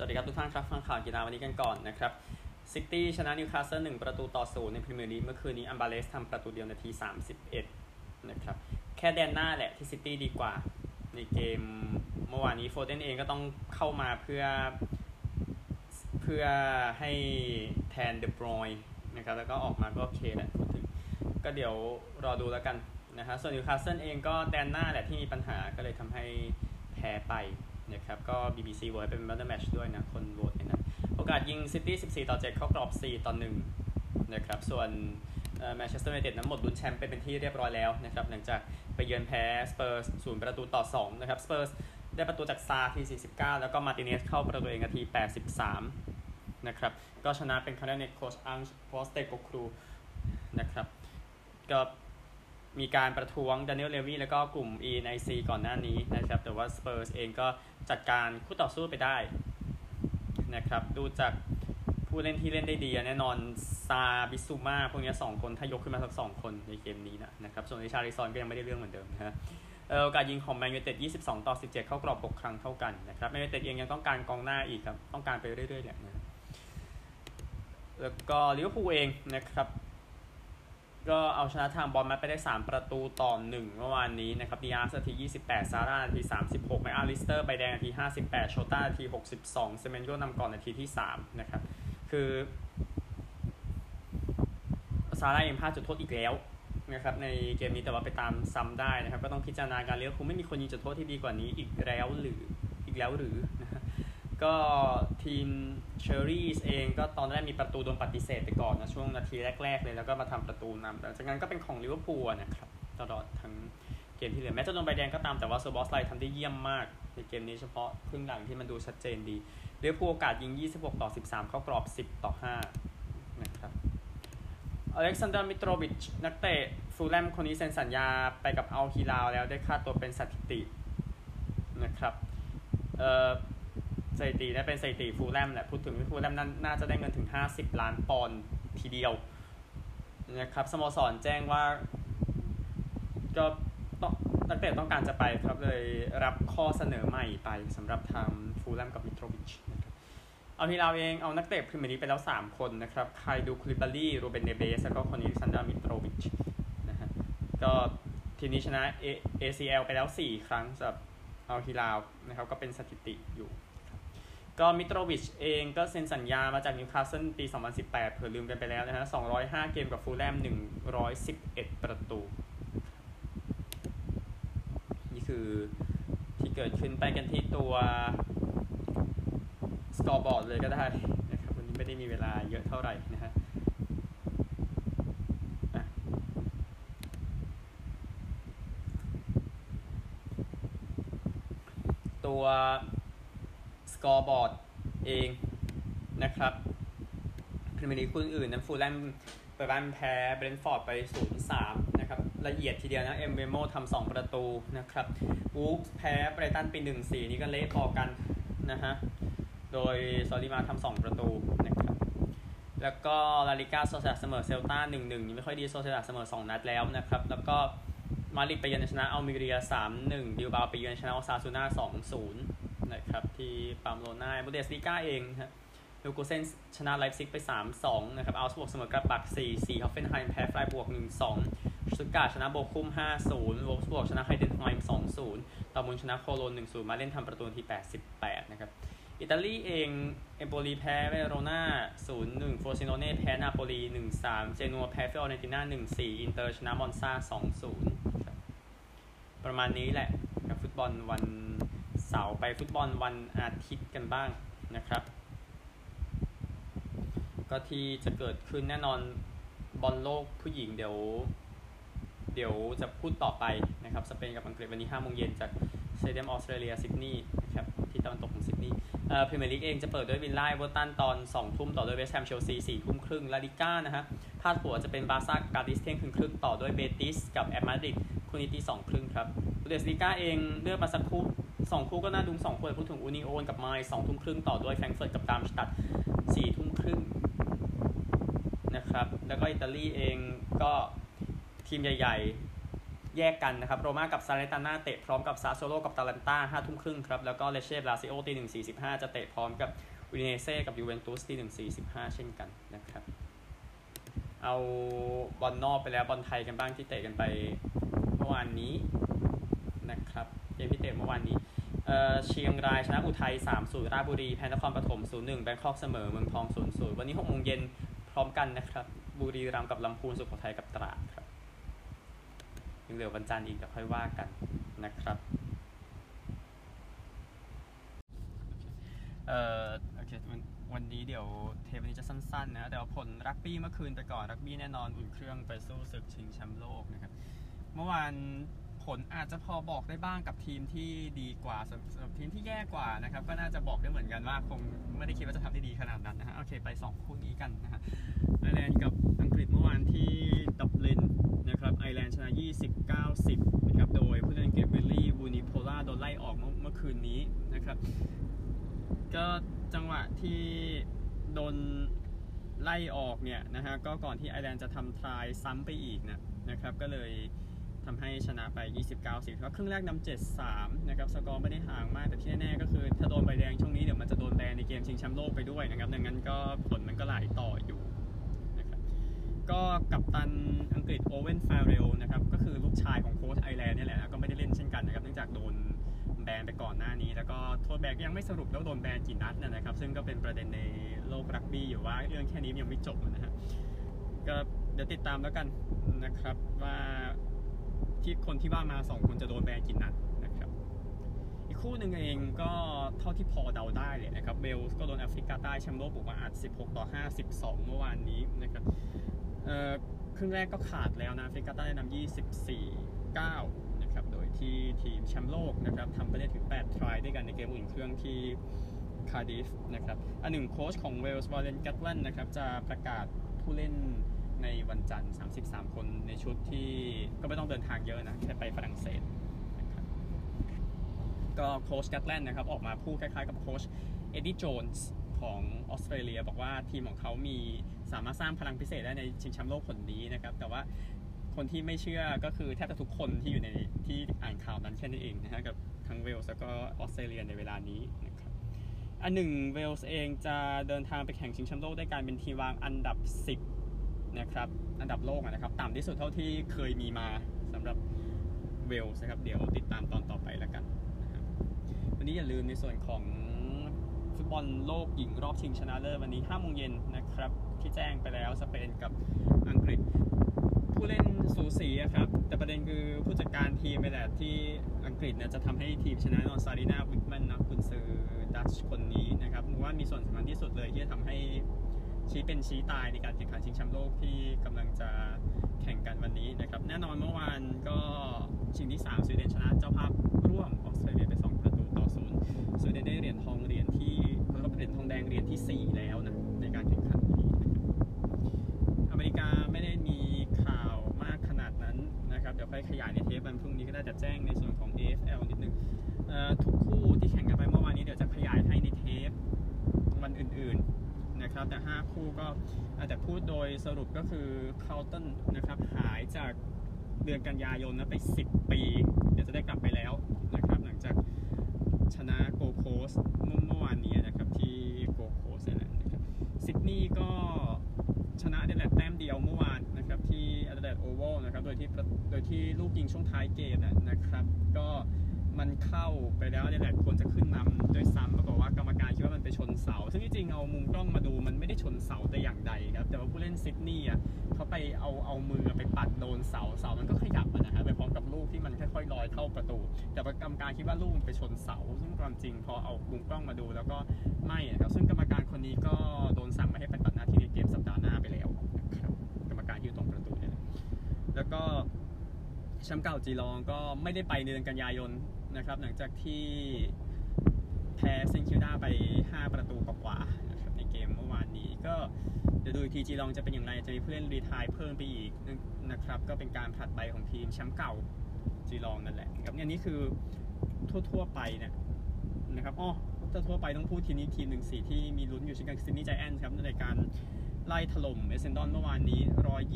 วัสดีครับทุกท่านครับฟังข่าวกีฬาวันนี้กันก่อนนะครับซิตี้ชนะนิวคาสเซิล1-0ในพรีเมียร์ลีกเมื่อคืนนี้อัมบาเลสทำประตูเดียวนาที31นะครับแค่แดนหน้าแหละที่ซิตี้ดีกว่าในเกมเมื่อวานนี้โฟเดนเองก็ต้องเข้ามาเพื่อให้แทนเดบรอยน์นะครับแล้วก็ออกมาก็โอเคแหละพูดถึงก็เดี๋ยวรอดูแล้วกันนะฮะส่วนนิวคาสเซิลเองก็แดนหน้าแหละที่มีปัญหาก็เลยทำให้แพ้ไปนะครับก็ BBC โหวตเป็น Man of the Match ด้วยนะคนโหวตในนั้นโอกาสยิง City 14-7เข้ากรอบ4-1นะครับส่วนแมนเชสเตอร์ยูไนเต็ดนั้นหมดลุ้นแชมป์ไปเป็นที่เรียบร้อยแล้วนะครับหลังจากไปเยือนแพ้สเปอร์ส0-2นะครับสเปอร์สได้ประตูจากซาที49แล้วก็มาร์ติเนสเข้าประตูเองนาที83นะครับก็ชนะเป็นคะแนนเน็ตโค้ชอังโพสเตโกครูนะครับก็มีการประท้วงดานิเอล เลวีแล้วก็กลุ่ม ENIC ก่อนหน้านี้นะครับแต่ว่าสเปอร์สเองก็จัดการคู่ต่อสู้ไปได้นะครับดูจากผู้เล่นที่เล่นได้ดีแน่นอนซาบิซูมาพวกนี้2คนถ้ายกขึ้นมาสัก2คนในเกมนี้นะครับส่วนริชาร์ลิซอนก็ยังไม่ได้เรื่องเหมือนเดิมนะฮะโอกาสยิงของแมนยูไนเต็ด22-17เข้ากรอบ6ครั้งเท่ากันนะครับแมนยูไนเต็ดเองยังต้องการกองหน้าอีกครับต้องการไปเรื่อยๆเนี่ยนะแล้วก็ลิเวอร์พูลเองนะครับก็เอาชนะทางบอลมาไปได้3-1เมื่อวานนี้นะครับดีอาร์นาที28ซาร่านาที36แมคอาลิสเตอร์ใบแดงนาที58โชต้านาที62เซเมนโยนำก่อนนาทีที่3นะครับคือซาร่าเองพลาดจุดโทษอีกแล้วนะครับในเกมนี้แต่ว่าไปตามซ้ำได้นะครับก็ต้องพิจารณาการเลี้ยงคงไม่มีคนยิงจุดโทษที่ดีกว่านี้อีกแล้วหรือนะฮะก็ทีมเชอรี่เองก็ตอนแรกมีประตูโดนปฏิเสธไปก่อนนะช่วงนาทีแรกๆเลยแล้วก็มาทำประตูนำหลังจากนั้นก็เป็นของลิเวอร์พูลนะครับตลอดทั้งเกมที่เหลือแม้จะโดนใบแดงก็ตามแต่ว่าโซบอสไลทำได้เยี่ยมมากในเกมนี้เฉพาะครึ่งหลังที่มันดูชัดเจนดีลิเวอร์พูลโอกาสยิง26-13เข้ากรอบ10-5นะครับอเล็กซานเดอร์ มิโตรวิชนักเตะฟูลแลมคนนี้เซ็นสัญญาไปกับอัลฮิลาลแล้วได้ค่าตัวเป็นสถิตินะครับสถิติได้เป็นสถิติฟูลแลมแหละพูดถึงฟูลแลมน่าจะได้เงินถึง50ล้านปอนด์ทีเดียวนะครับสโมสรแจ้งว่าก็นักเตะต้องการจะไปครับเลยรับข้อเสนอใหม่ไปสำหรับทางฟูลแลมกับมิโตรวิชนะครับเอาที่เราเองเอานักเตะพรีเมียร์ลีกไปแล้ว3คนนะครับไคดูคูลิบาลีโรเบนเนเบสแล้วก็คนนี้ซันดามิโตรวิชนะฮะก็ทีมนี้ชนะ ACL ไปแล้ว4ครั้งสำหรับเอาที่เรานะครับก็เป็นสถิติอยู่ก็มิโตรวิชเองก็เซ็นสัญญามาจากนิวคาสเซิลปี2018เผื่อลืมกันไปแล้วนะฮะ205เกมกับฟูลแลม111ประตูนี่คือที่เกิดขึ้นไปกันที่ตัวสกอร์บอร์ดเลยก็ได้นะครับวันนี้ไม่ได้มีเวลาเยอะเท่าไหร่นะฮะตัวสกอร์บอร์ดเองนะครับพรีเมียร์ลีกคู่อื่นนั้นฟูลแลมเปิดบ้านแพ้เบรนท์ฟอร์ดไป 0-3 นะครับละเอียดทีเดียวนะเอ็มเบโมทำ2ประตูนะครับวูฟส์แพ้ไบรตันไป 1-4 นี่ก็เละพอกันนะฮะโดยซอลิมาทำ2ประตูนะครับแล้วก็ลาลิก้าโซเซดาดเสมอเซลตา 1-1 นี่ไม่ค่อยดีโซเซดาดเสมอ2นัดแล้วนะครับแล้วก็มาดริดไปเยือนชนะอัลเมเรีย 3-1 บิลบาโอไปเยือนชนะออซาซูน่า 2-0 นะครับที่ปามโลน่าบุนเดสลีกาเองฮะลูกูเซนชนะไลฟ์ซิกไป 3-2 นะครับอัลส์บวกเสมอกับบัก 4-4 ฮอฟเฟนไฮม์แพ้ไฟบวก 1-2 สตุตการ์ดชนะโบคุม 5-0 โวลฟส์บวกชนะไฮเดนไฮม์ 2-0 ตอร์มุนชนะโคโลน 1-0 มาเล่นทำประตูที่ 88 นะครับอิตาลีเองเอมโปลีแพ้เวโรนา 0-1 โฟซิโนเน่แพ้นาโปลี 1-3 เจนัวแพ้ฟิออเรนติน่า 1-4 อินเตอร์ชนะมอนซา 2-0 ครับประมาณนี้แหละกับฟุตบอลวันเสาร์ไปฟุตบอลวันอาทิตย์กันบ้างนะครับก็ที่จะเกิดขึ้นแน่นอนบอลโลกผู้หญิงเดี๋ยวจะพูดต่อไปนะครับสเปนกับอังกฤษวันนี้ 5 โมงเย็นจากสเตเดียมออสเตรเลียซิดนีย์นะครับที่ตะวันตกของซิดนีย์พรีเมียร์ลีกเองจะเปิดด้วยวิลล่า เอเวอร์ตันตอน 20:00 นต่อด้วยเวสต์แฮมเชลซี 4:30 นลาลิก้านะฮะพาดหัวจะเป็นบาร์ซ่ากับการ์ดิส เที่ยงคืนต่อด้วยเบติสกับแอตมาดริดคู่นี้ที่ 2:30 นครับบูเดสลีกาเองเลือกมาสักคู่2คู่ก็น่าดู2คู่พูดถึงอูนิโอนกับไมล์ 20:30 นต่อด้วยแฟรงก์เฟิร์ตกับดาร์มสตัด 4:30 นนะครับแล้วก็อิตาลีเองก็ทีมใหญ่ๆแยกกันนะครับโรม่ากับซาเลร์ตาน่าเตะพร้อมกับซาโซโลกับตาลันต้า 5:30 นครับแล้วก็เลเช่บราซิโอ 1:45 จะเตะพร้อมกับอูดิเนเซ่กับยูเวนตุสที่ 1:45 เช่นกันนะครับเอาบอลนอกไปแล้วบอลไทยกันบ้างที่เตะกันไปเมื่อวานนี้นะครับเกมที่เตะเมื่อวานนี้เชียงรายชนะอุทัย 3-0 ราชบุรีแพ้นครปฐม 0-1 แบงคอกเสมอเมืองทอง 0-0 วันนี้ 6 โมงเย็นพร้อมกันนะครับบุรีรัมย์กับลำพูนสุโขทัยกับตราดครับยังเหลือวันจันทร์อีกเดี๋ยวค่อยว่ากันนะครับโอเควันนี้เดี๋ยวเทปนี้จะสั้นๆนะเดี๋ยวผลรักบี้เมื่อคืนไปก่อนรักบี้แน่นอนอุ่นเครื่องไปสู้ศึกชิงแชมป์โลกนะครับเมื่อวานผลอาจจะพอบอกได้บ้างกับทีมที่ดีกว่าสำหรับทีมที่แย่กว่านะครับก็น่าจะบอกได้เหมือนกันว่าคงไม่ได้คิดว่าจะทำได้ดีขนาดนั้นนะฮะโอเคไป2คู่นี้กันนะฮะไอร์แลนด์กับอังกฤษเมื่อวานที่ดับลินนะครับไอร์แลนด์ชนะ 20-90 นะครับโดยผู้เล่นอังกฤษวิลลี่วูนิโพล่าโดนไล่ออกเมื่อคืนนี้นะครับก็จังหวะที่โดนไล่ออกเนี่ยนะฮะก็ก่อนที่ไอร์แลนด์จะทำทรายซ้ำไปอีกนะครับก็เลยทำให้ชนะไป 29-10 ครับครึ่งแรกนำ 7-3 นะครับสกอร์ไม่ได้ห่างมากแต่ที่แน่ๆก็คือถ้าโดนใบแดงช่วงนี้เดี๋ยวมันจะโดนแบนในเกมชิงแชมป์โลกไปด้วยนะครับดังนั้นก็ผลมันก็ไหลต่ออยู่นะครับก็กัปตันอังกฤษโอเวนฟาเรลนะครับก็คือลูกชายของโค้ชไอร์แลนด์นี่แหละนะก็ไม่ได้เล่นเช่นกันนะครับเนื่องจากโดนแบนไปก่อนหน้านี้แล้วก็โทษแบนยังไม่สรุปแล้วโดนแบนกี่นัดนะครับซึ่งก็เป็นประเด็นในโลกรักบี้อยู่ว่าเรื่องแค่นี้ยังไม่จบนะฮะก็เดี๋ยวติดตามแล้วกันนะครับว่าที่คนที่ว่ามา2คนจะโดนแบนกี่นัดนะครับอีกคู่หนึ่งเองก็เท่าที่พอเดาได้เลยนะครับเวลส์ก็โดนแอฟริกาใต้แชมป์โลกบุกมาอัด 16-5 12 เมื่อวานนี้นะครับครึ่งแรกก็ขาดแล้วนะแอฟริกาใต้นำ 24-9 นะครับโดยที่ทีมแชมป์โลกนะครับทำไปได้ถึง8ทรายด้วยกันในเกมอุ่นเครื่องที่คาร์ดิฟนะครับหนึ่งโค้ชของเวลส์วอลเลน แกตแลนนะครับจะประกาศผู้เล่นในวันจันทร์33 คนในชุดที่ก็ไม่ต้องเดินทางเยอะนะแค่ไปฝรั่งเศสนะครับก็โค้ชแกตแลนด์นะครับออกมาพูดคล้ายๆกับโค้ชเอ็ดดี้โจนส์ของออสเตรเลียบอกว่าทีมของเขาสามารถสร้างพลังพิเศษได้ในชิงแชมป์โลกคนนี้นะครับแต่ว่าคนที่ไม่เชื่อก็คือแทบจะทุกคนที่อยู่ในที่อ่านข่าวนั้นแค่นั้นเองนะฮะกับทั้งเวลส์แล้วก็ออสเตรเลียในเวลานี้นะครับเวลส์เองจะเดินทางไปแข่งชิงแชมป์โลกด้วยการเป็นทีมวางอันดับ10นะครับอันดับโลกนะครับต่ำที่สุดเท่าที่เคยมีมาสำหรับเวลส์นะครับเดี๋ยวติดตามตอนต่อไปแล้วกันนะครับวันนี้อย่าลืมในส่วนของฟุตบอลโลกหญิงรอบชิงชนะเลิศวันนี้ 5 โมงเย็นนะครับที่แจ้งไปแล้วสเปนกับอังกฤษผู้เล่นสูสีครับแต่ประเด็นคือผู้จัดการทีมไปแหละที่อังกฤษเนี่ยจะทำให้ทีมชนะนอนซารีนาวิกแมนนะกุนซือดัชคนนี้นะครับว่ามีส่วนสำคัญที่สุดเลยที่จะทำให้ชี้เป็นชี้ตายในการแข่งขันชิงแชมป์โลกที่กำลังจะแข่งกันวันนี้นะครับแน่นอนเมื่อวานก็ชิงที่3สวีเดนชนะเจ้าภาพร่วมออสเตรเลียไป2-0สวีเดนได้เหรียญทองเหรียญที่แล้วก็เหรียญทองแดงเหรียญที่4แล้วนะในการแข่งขันนี้อเมริกาไม่ได้มีข่าวมากขนาดนั้นนะครับเดี๋ยวค่อยขยายในเทปวันพรุ่งนี้ก็ได้จะแจ้งในส่วนของ AFL นิดนึงทุกคู่ที่แข่งกันไปเมื่อวานนี้เดี๋ยวจะขยายให้ในเทปวันอื่นๆนะครับแต่5คู่ก็แต่พูดโดยสรุปก็คือคาร์ลตันนะครับหายจากเดือนกันยายนไป10 ปีเดี๋ยวจะได้กลับไปแล้วนะครับหลังจากชนะโกโคสเมื่อวานนี้นะครับที่โกโคสนั่นแหละนะครับซิดนีย์ก็ชนะเดลแลดแต้มเดียวเมื่อวานนะครับที่แอดเลดโอเวลนะครับโดยที่ลูกยิงช่วงท้ายเกมนะครับก็มันเข้าไปแล้วเดลแลดควรจะขึ้นนำโดยซ้ำปรากฏว่ากรรมการคิดว่ามันไปชนเสาซึ่งจริงๆเอามุมกล้องมาดูมันไม่ได้ชนเสาแต่อย่างใดครับแต่ว่าผู้เล่นซิดนีย์เขาไปเอามือไปปัดโดนเสามันก็ขยับนะครับไปพร้อมกับลูกที่มันค่อยๆลอยเข้าประตูแต่กรรมการคิดว่าลูกมันไปชนเสาซึ่งความจริงพอเอามุมกล้องมาดูแล้วก็ไม่นะครับซึ่งกรรมการคนนี้ก็โดนสั่งไม่ให้ปฏิบัติหน้าที่ในเกมสัปดาห์หน้าไปแล้วนะครับกรรมการยืนตรงประตูเนี่ยแล้วก็แชมป์เก่าจีลองก็ไม่ได้ไปในเดือนกันยายนนะครับหลังจากที่แพ้เซนคิวดาไป5 ประตูกว่านะครับในเกมเมื่อวานนี้ก็เดี๋ยวดูอีกทีจีลองจะเป็นอย่างไรจะมีผู้เล่นรีไทร์เพิ่มไปอีกนะครับก็เป็นการผลัดใบของทีมแชมป์เก่าจีลองนั่นแหละครับนี่คือทั่วไปเนี่ยนะครับทั่วไปต้องพูดทีนี้ทีม1-4ที่มีลุ้นอยู่เช่นกันซิดนีย์ไจแอนท์ครับในการไล่ถล่มเอเซนดอนเมื่อวานนี้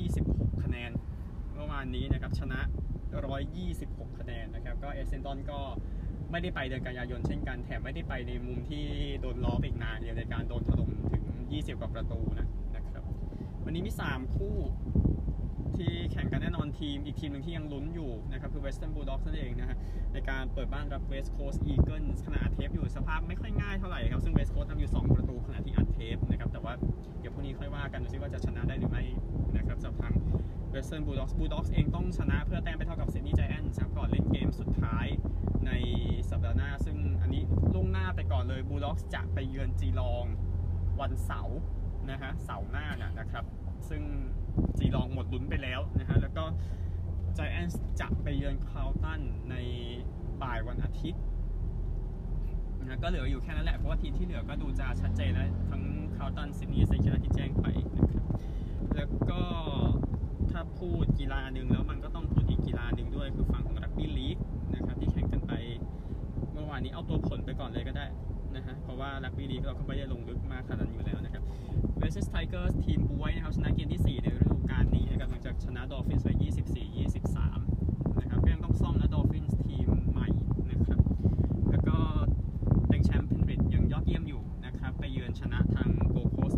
126 คะแนนเมื่อวานนี้นะครับชนะ126 คะแนนนะครับก็เอเซนดอนก็ไม่ได้ไปเดือนกันยายนเช่นกันแถมไม่ได้ไปในมุมที่โดนล้ออีกนานในการโดนถล่มถึง20 กว่าประตูนะครับวันนี้มี3คู่ที่แข่งกันแน่นอนอีกทีมหนึ่งที่ยังลุ้นอยู่นะครับคือ Western Bulldogs นั่นเองนะฮะในการเปิดบ้านรับ West Coast Eagles ขณะอัดเทปอยู่สภาพไม่ค่อยง่ายเท่าไหร่ครับซึ่ง West Coast ทำอยู่2ประตูขณะที่อัดเทปนะครับแต่ว่าเดี๋ยวพรุ่งนี้ค่อยว่ากันดูซิว่าจะชนะได้หรือไม่นะครับสำหรับทาง Western Bulldogs เองต้องชนะเพื่อแต้มไปเท่ากับ Sydney Giants ครับก่อนเล่นเกมสุดท้ายในสัปดาห์หน้าซึ่งอันนี้ล่วงหน้าไปก่อนเลย Bulldogs จะไปเยือนจีลองวันเสาร์นะฮะเสาร์หน้านะครับซึ่งจีลองหมดลุ้นไปแล้วนะฮะแล้วก็ Giants จะไปเยือนคาร์ลตันในบ่ายวันอาทิตย์นะก็เหลืออยู่แค่นั้นแหละเพราะว่าทีมที่เหลือก็ดูจะชัดเจนแล้วทั้งคาร์ลตันซิดนีย์ไซคิลที่แจ้งไปนะครับแล้วก็ถ้าพูดกีฬาหนึ่งแล้วมันก็ต้องพูดอีกกีฬาหนึ่งด้วยคือฝั่งของรักบี้ลีกนะครับที่แข่งกันไปเมื่อวานนี้เอาตัวผลไปก่อนเลยก็ได้นะฮะเพราะว่ารักบี้ลีกเราก็ไม่ได้ลงลึกมากขนาดนั้นอยู่แล้วนะครับVersus Tigers ทีมบวยนะครับชนะเกมที่4ในฤดูกาลนี้นะครับหลังจากชนะ Dolphins ไป 24-23 นะครับก็ยังต้องซ่อมนะ Dolphins ทีมใหม่นะครับแล้วก็เต็งแชมป์เพนริดยังยอดเยี่ยมอยู่นะครับไปเยือนชนะทาง Gold Coast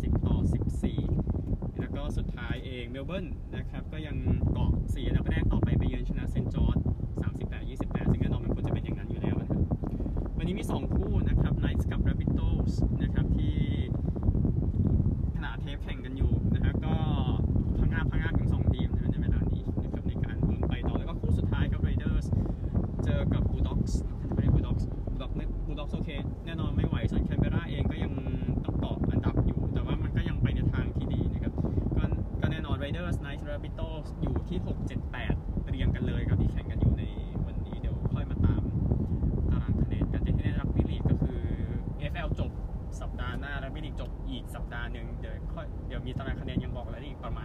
40-14 แล้วก็สุดท้ายเองเมลเบิร์นนะครับก็ยังเกาะ4อันดับแรกต่อไปเยือนชนะเซนต์จอร์จ 38-28 ซึ่งแน่นอนมันควรจะเป็นอย่างนั้นอยู่แล้วนะครับวันนี้มี2คู่นะครับ Knights กับ Rabbitohs นะครับที่ขณะเทปแข่งกันอยู่นะฮะก็พังงาบทั้ง2ทีมนะในเวลานี้นะครับในการลุ้นไปต่อแล้วก็คู่สุดท้ายครับ Raiders เจอกับ Bulldogs ไม่ใช่ Bulldogs โอเคแน่นอนไม่ไหวส่วน Canberra เองก็ยังต้องเกาะอันดับอยู่แต่ว่ามันก็ยังไปในทางที่ดีนะครับก็แน่นอน Raiders Knights Rabbitohs อยู่ที่ 6-7-8 เรียงกันเลยครับที่แข่งกันอยู่ในวันนี้เดี๋ยวค่อยมาตามตารางคะแนนกันที่ได้รับบิลีกก็คือ AFL จบสัปดาห์หน้าแล้วบิลีกจบอีกสัปดาห์หนึ่งเดี๋ยวมีตารางคะแนนยังบอกแล้วอีกประมาณ